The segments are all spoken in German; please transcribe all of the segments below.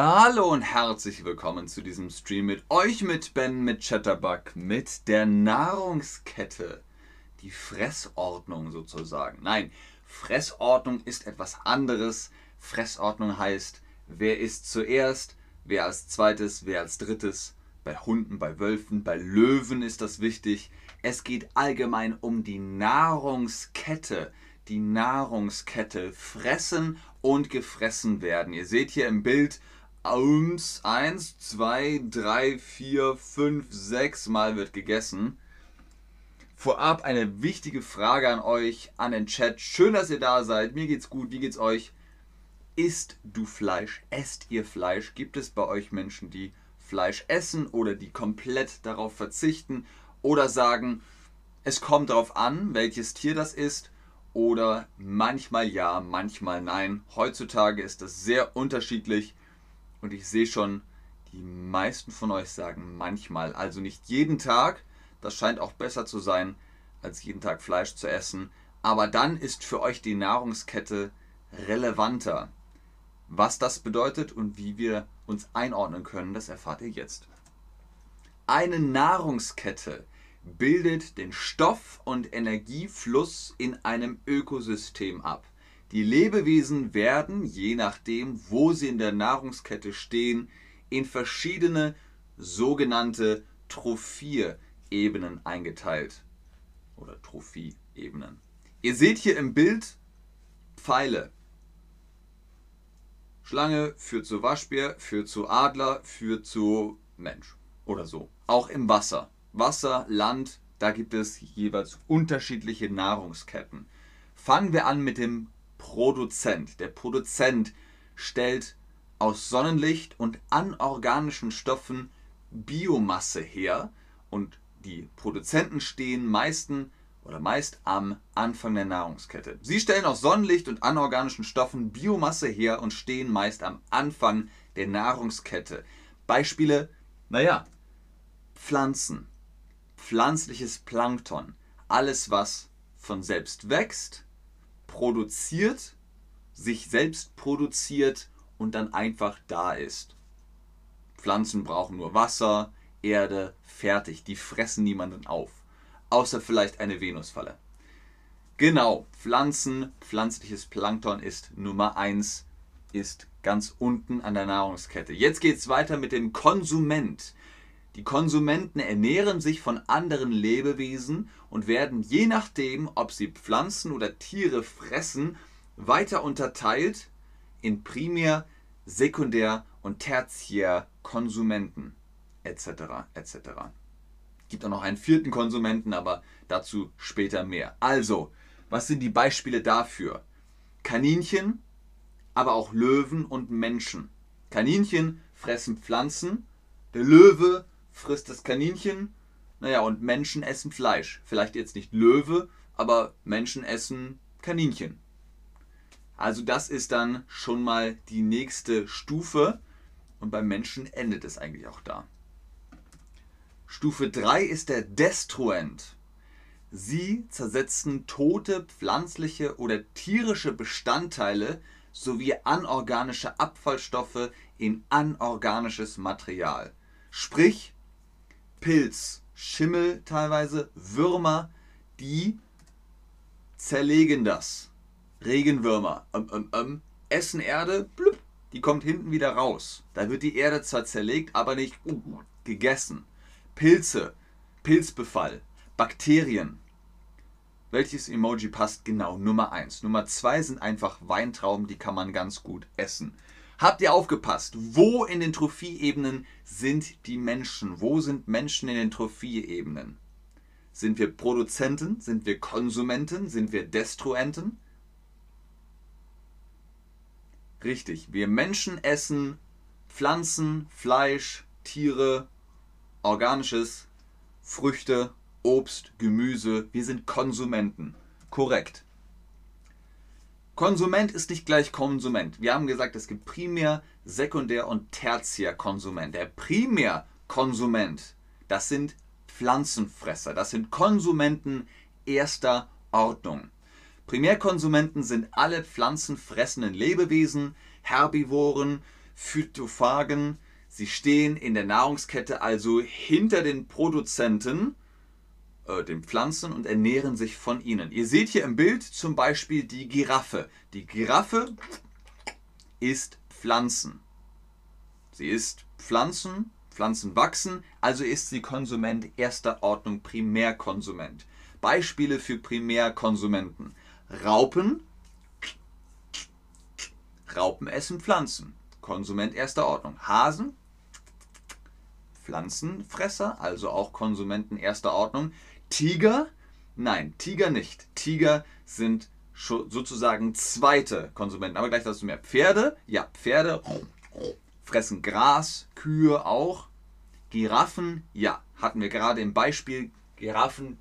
Hallo und herzlich willkommen zu diesem Stream mit euch, mit Ben, mit Chatterbug, mit der Nahrungskette. Die Fressordnung sozusagen. Nein, Fressordnung ist etwas anderes. Fressordnung heißt, wer isst zuerst, wer als zweites, wer als drittes. Bei Hunden, bei Wölfen, bei Löwen ist das wichtig. Es geht allgemein um die Nahrungskette. Die Nahrungskette. Fressen und gefressen werden. Ihr seht hier im Bild 1, 2, 3, 4, 5, 6 Mal wird gegessen. Vorab eine wichtige Frage an euch, an den Chat. Schön, dass ihr da seid. Mir geht's gut. Wie geht's euch? Isst du Fleisch? Esst ihr Fleisch? Gibt es bei euch Menschen, die Fleisch essen oder die komplett darauf verzichten oder sagen, es kommt darauf an, welches Tier das ist? Oder manchmal ja, manchmal nein. Heutzutage ist das sehr unterschiedlich und ich sehe schon, die meisten von euch sagen manchmal, also nicht jeden Tag. Das scheint auch besser zu sein, als jeden Tag Fleisch zu essen. Aber dann ist für euch die Nahrungskette relevanter. Was das bedeutet und wie wir uns einordnen können, das erfahrt ihr jetzt. Eine Nahrungskette bildet den Stoff- und Energiefluss in einem Ökosystem ab. Die Lebewesen werden, je nachdem, wo sie in der Nahrungskette stehen, in verschiedene sogenannte Trophie-Ebenen eingeteilt. Oder Trophie-Ebenen. Ihr seht hier im Bild Pfeile. Schlange führt zu Waschbär, führt zu Adler, führt zu Mensch. Oder so. Auch im Wasser. Wasser, Land, da gibt es jeweils unterschiedliche Nahrungsketten. Fangen wir an mit dem Produzent. Der Produzent stellt aus Sonnenlicht und anorganischen Stoffen Biomasse her und die Produzenten stehen meist am Anfang der Nahrungskette. Sie stellen aus Sonnenlicht und anorganischen Stoffen Biomasse her und stehen meist am Anfang der Nahrungskette. Beispiele, Pflanzen. Pflanzliches Plankton, alles was von selbst wächst, produziert, sich selbst produziert und dann einfach da ist. Pflanzen brauchen nur Wasser, Erde, fertig, die fressen niemanden auf, außer vielleicht eine Venusfalle. Genau, Pflanzen, pflanzliches Plankton ist Nummer 1, ist ganz unten an der Nahrungskette. Jetzt geht es weiter mit dem Konsument. Die Konsumenten ernähren sich von anderen Lebewesen und werden je nachdem, ob sie Pflanzen oder Tiere fressen, weiter unterteilt in Primär-, Sekundär- und Tertiärkonsumenten etc. etc. Gibt auch noch einen vierten Konsumenten, aber dazu später mehr. Also, was sind die Beispiele dafür? Kaninchen, aber auch Löwen und Menschen. Kaninchen fressen Pflanzen, der Löwe frisst das Kaninchen, und Menschen essen Fleisch. Vielleicht jetzt nicht Löwe, aber Menschen essen Kaninchen. Also das ist dann schon mal die nächste Stufe und beim Menschen endet es eigentlich auch da. Stufe 3 ist der Destruent. Sie zersetzen tote pflanzliche oder tierische Bestandteile sowie anorganische Abfallstoffe in anorganisches Material. Sprich, Pilz, Schimmel teilweise, Würmer, die zerlegen das. Regenwürmer essen Erde, blub, die kommt hinten wieder raus. Da wird die Erde zwar zerlegt, aber nicht gegessen. Pilze, Pilzbefall, Bakterien. Welches Emoji passt genau? Nummer 1. Nummer 2 sind einfach Weintrauben, die kann man ganz gut essen. Habt ihr aufgepasst? Wo in den Trophie-Ebenen sind die Menschen? Wo sind Menschen in den Trophie-Ebenen? Sind wir Produzenten? Sind wir Konsumenten? Sind wir Destruenten? Richtig, wir Menschen essen Pflanzen, Fleisch, Tiere, Organisches, Früchte, Obst, Gemüse. Wir sind Konsumenten. Korrekt. Konsument ist nicht gleich Konsument. Wir haben gesagt, es gibt Primär-, Sekundär- und Tertiärkonsument. Der Primärkonsument, das sind Pflanzenfresser. Das sind Konsumenten erster Ordnung. Primärkonsumenten sind alle pflanzenfressenden Lebewesen, Herbivoren, Phytophagen. Sie stehen in der Nahrungskette also hinter den Produzenten, den Pflanzen, und ernähren sich von ihnen. Ihr seht hier im Bild zum Beispiel die Giraffe. Die Giraffe isst Pflanzen. Sie isst Pflanzen, Pflanzen wachsen, also ist sie Konsument erster Ordnung, Primärkonsument. Beispiele für Primärkonsumenten. Raupen. Raupen essen Pflanzen. Konsument erster Ordnung. Hasen. Pflanzenfresser, also auch Konsumenten erster Ordnung. Tiger. Nein, Tiger nicht. Tiger sind sozusagen zweite Konsumenten. Aber gleich dazu mehr. Pferde. Ja, Pferde fressen Gras. Kühe auch. Giraffen. Ja, hatten wir gerade im Beispiel. Giraffen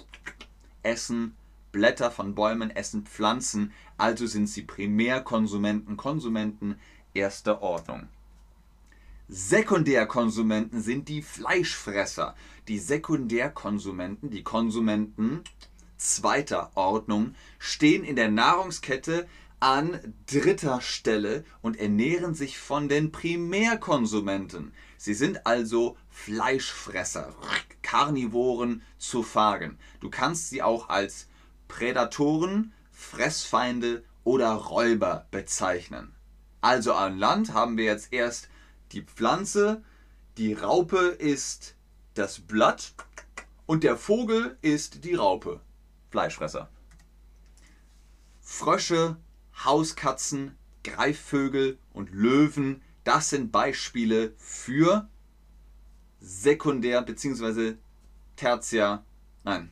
essen Blätter von Bäumen, essen Pflanzen, also sind sie Primärkonsumenten, Konsumenten erster Ordnung. Sekundärkonsumenten sind die Fleischfresser. Die Sekundärkonsumenten, die Konsumenten zweiter Ordnung, stehen in der Nahrungskette an dritter Stelle und ernähren sich von den Primärkonsumenten. Sie sind also Fleischfresser, Karnivoren, Zoophagen. Du kannst sie auch als Prädatoren, Fressfeinde oder Räuber bezeichnen. Also an Land haben wir jetzt erst die Pflanze, die Raupe ist das Blatt und der Vogel ist die Raupe. Fleischfresser. Frösche, Hauskatzen, Greifvögel und Löwen, das sind Beispiele für Sekundär- bzw. Tertiär, nein,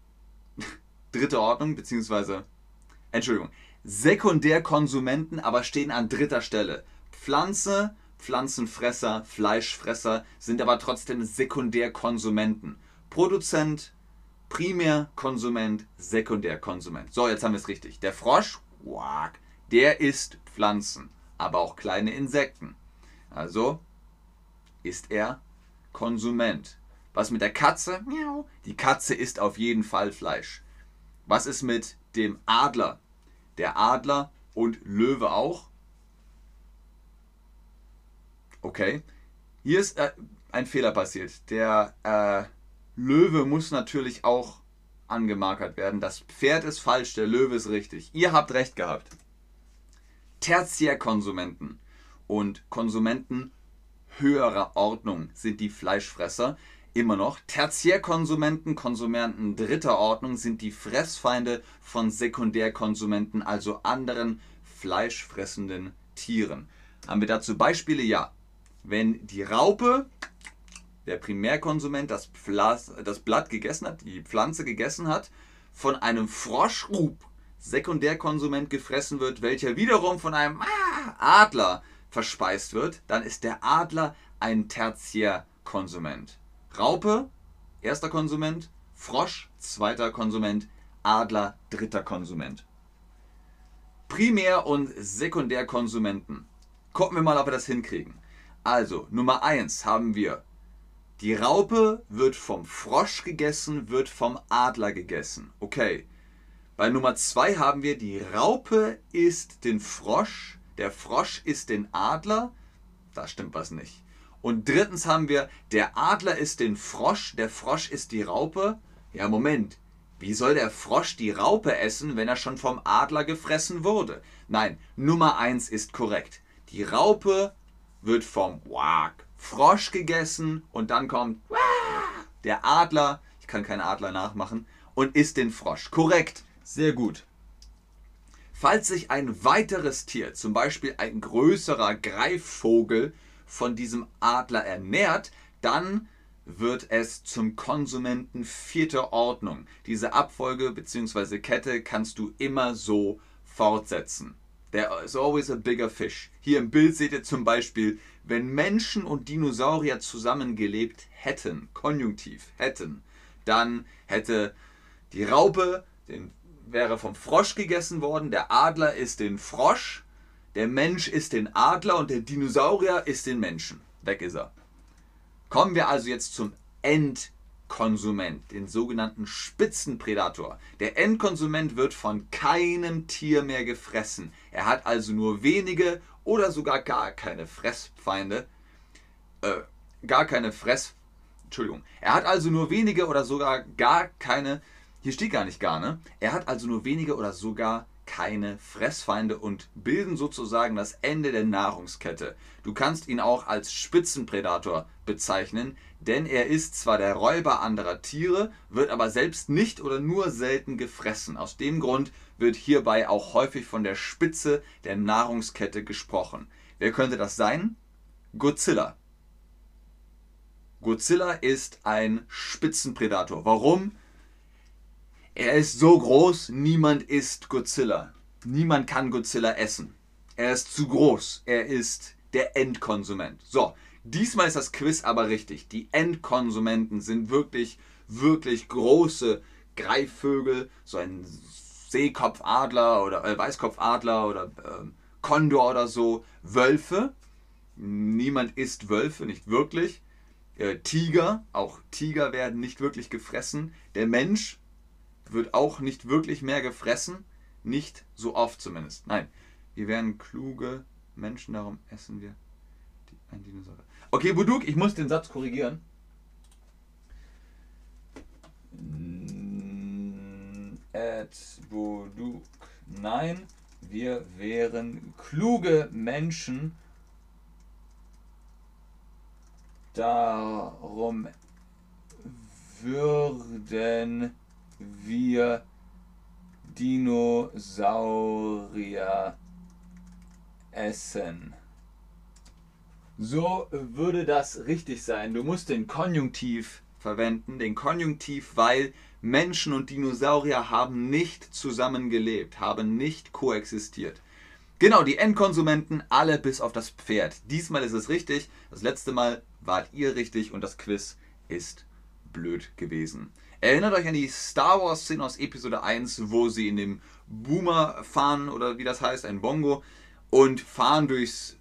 dritte Ordnung, beziehungsweise, Entschuldigung, Sekundärkonsumenten, aber stehen an dritter Stelle. Pflanze, Pflanzenfresser, Fleischfresser sind aber trotzdem Sekundärkonsumenten. Produzent, Primärkonsument, Sekundärkonsument. So, jetzt haben wir es richtig. Der Frosch, der isst Pflanzen, aber auch kleine Insekten. Also ist er Konsument. Was mit der Katze? Die Katze isst auf jeden Fall Fleisch. Was ist mit dem Adler? Der Adler und Löwe auch. Okay, hier ist ein Fehler passiert. Der Löwe muss natürlich auch angemarkert werden. Das Pferd ist falsch, der Löwe ist richtig. Ihr habt recht gehabt. Tertiärkonsumenten und Konsumenten höherer Ordnung sind die Fleischfresser. Immer noch. Tertiärkonsumenten, Konsumenten dritter Ordnung sind die Fressfeinde von Sekundärkonsumenten, also anderen fleischfressenden Tieren. Haben wir dazu Beispiele? Ja. Wenn die Raupe, der Primärkonsument, das Blatt gegessen hat, die Pflanze gegessen hat, von einem Frosch, Sekundärkonsument gefressen wird, welcher wiederum von einem Adler verspeist wird, dann ist der Adler ein Tertiärkonsument. Raupe, erster Konsument, Frosch, zweiter Konsument, Adler, dritter Konsument. Primär- und Sekundärkonsumenten. Gucken wir mal, ob wir das hinkriegen. Also, Nummer 1 haben wir, die Raupe wird vom Frosch gegessen, wird vom Adler gegessen. Okay. Bei Nummer 2 haben wir, die Raupe isst den Frosch, der Frosch isst den Adler. Da stimmt was nicht. Und drittens haben wir, der Adler isst den Frosch, der Frosch isst die Raupe. Ja, Moment. Wie soll der Frosch die Raupe essen, wenn er schon vom Adler gefressen wurde? Nein, Nummer 1 ist korrekt. Die Raupe wird vom Frosch gegessen und dann kommt der Adler, ich kann keinen Adler nachmachen, und isst den Frosch. Korrekt, sehr gut. Falls sich ein weiteres Tier, zum Beispiel ein größerer Greifvogel, von diesem Adler ernährt, dann wird es zum Konsumenten vierter Ordnung. Diese Abfolge bzw. Kette kannst du immer so fortsetzen. There is always a bigger fish. Hier im Bild seht ihr zum Beispiel, wenn Menschen und Dinosaurier zusammengelebt hätten, Konjunktiv hätten, dann hätte die Raupe, wäre vom Frosch gegessen worden, der Adler isst den Frosch, der Mensch isst den Adler und der Dinosaurier isst den Menschen. Weg ist er. Kommen wir also jetzt zum Endkonsument, den sogenannten Spitzenprädator. Der Endkonsument wird von keinem Tier mehr gefressen. Er hat also nur wenige oder sogar gar keine Fressfeinde, gar keine Entschuldigung. Er hat also nur wenige oder sogar gar keine, hier steht gar nicht gar, ne? Er hat also nur wenige oder sogar keine Fressfeinde und bilden sozusagen das Ende der Nahrungskette. Du kannst ihn auch als Spitzenpredator bezeichnen, denn er ist zwar der Räuber anderer Tiere, wird aber selbst nicht oder nur selten gefressen. Aus dem Grund wird hierbei auch häufig von der Spitze der Nahrungskette gesprochen. Wer könnte das sein? Godzilla. Godzilla ist ein Spitzenpredator. Warum? Er ist so groß, niemand isst Godzilla. Niemand kann Godzilla essen. Er ist zu groß. Er ist der Endkonsument. So, diesmal ist das Quiz aber richtig. Die Endkonsumenten sind wirklich, wirklich große Greifvögel. So ein Seekopfadler oder Weißkopfadler oder Kondor oder so. Wölfe. Niemand isst Wölfe, nicht wirklich. Tiger. Auch Tiger werden nicht wirklich gefressen. Der Mensch wird auch nicht wirklich mehr gefressen. Nicht so oft zumindest. Nein, wir wären kluge Menschen, darum essen wir ein Dinosaurier. Okay, Buduk, ich muss den Satz korrigieren. Buduk, nein, wir wären kluge Menschen, darum würden wir Dinosaurier essen. So würde das richtig sein. Du musst den Konjunktiv verwenden. Den Konjunktiv, weil Menschen und Dinosaurier haben nicht zusammen gelebt, haben nicht koexistiert. Genau, die Endkonsumenten, alle bis auf das Pferd. Diesmal ist es richtig. Das letzte Mal wart ihr richtig und das Quiz ist blöd gewesen. Erinnert euch an die Star Wars Szene aus Episode 1, wo sie in dem Boomer fahren, oder wie das heißt, ein Bongo, und fahren durchs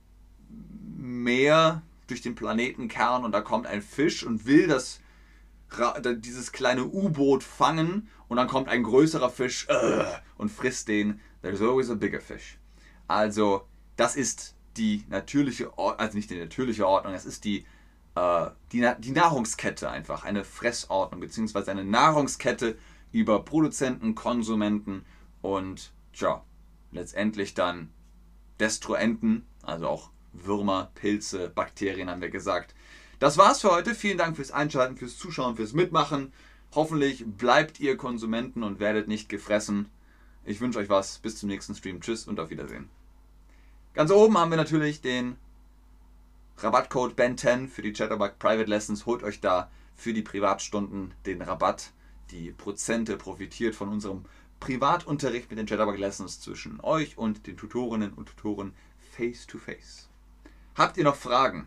Meer, durch den Planetenkern, und da kommt ein Fisch und will dieses kleine U-Boot fangen, und dann kommt ein größerer Fisch und frisst den. There's always a bigger fish. Also das ist die natürliche Ordnung, also nicht die natürliche Ordnung, das ist die Nahrungskette einfach, eine Fressordnung, beziehungsweise eine Nahrungskette über Produzenten, Konsumenten und letztendlich dann Destruenten, also auch Würmer, Pilze, Bakterien haben wir gesagt. Das war's für heute. Vielen Dank fürs Einschalten, fürs Zuschauen, fürs Mitmachen. Hoffentlich bleibt ihr Konsumenten und werdet nicht gefressen. Ich wünsche euch was. Bis zum nächsten Stream. Tschüss und auf Wiedersehen. Ganz oben haben wir natürlich den Rabattcode BEN10 für die Chatterbug Private Lessons. Holt euch da für die Privatstunden den Rabatt. Die Prozente profitiert von unserem Privatunterricht mit den Chatterbug Lessons zwischen euch und den Tutorinnen und Tutoren face to face. Habt ihr noch Fragen?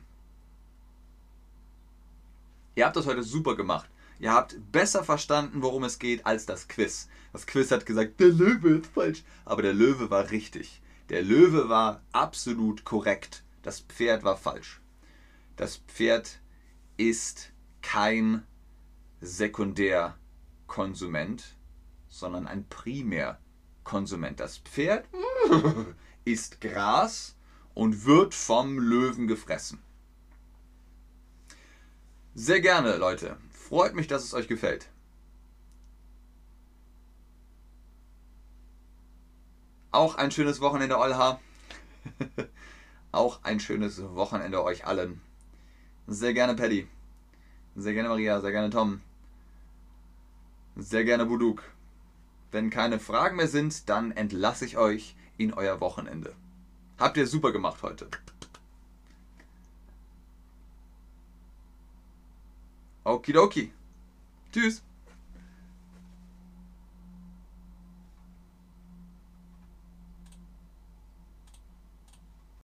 Ihr habt das heute super gemacht. Ihr habt besser verstanden, worum es geht, als das Quiz. Das Quiz hat gesagt, der Löwe ist falsch. Aber der Löwe war richtig. Der Löwe war absolut korrekt. Das Pferd war falsch. Das Pferd ist kein Sekundärkonsument, sondern ein Primärkonsument. Das Pferd isst Gras und wird vom Löwen gefressen. Sehr gerne, Leute. Freut mich, dass es euch gefällt. Auch ein schönes Wochenende, Olha. Auch ein schönes Wochenende euch allen. Sehr gerne, Paddy. Sehr gerne, Maria. Sehr gerne, Tom. Sehr gerne, Buduk. Wenn keine Fragen mehr sind, dann entlasse ich euch in euer Wochenende. Habt ihr super gemacht heute. Okidoki. Tschüss.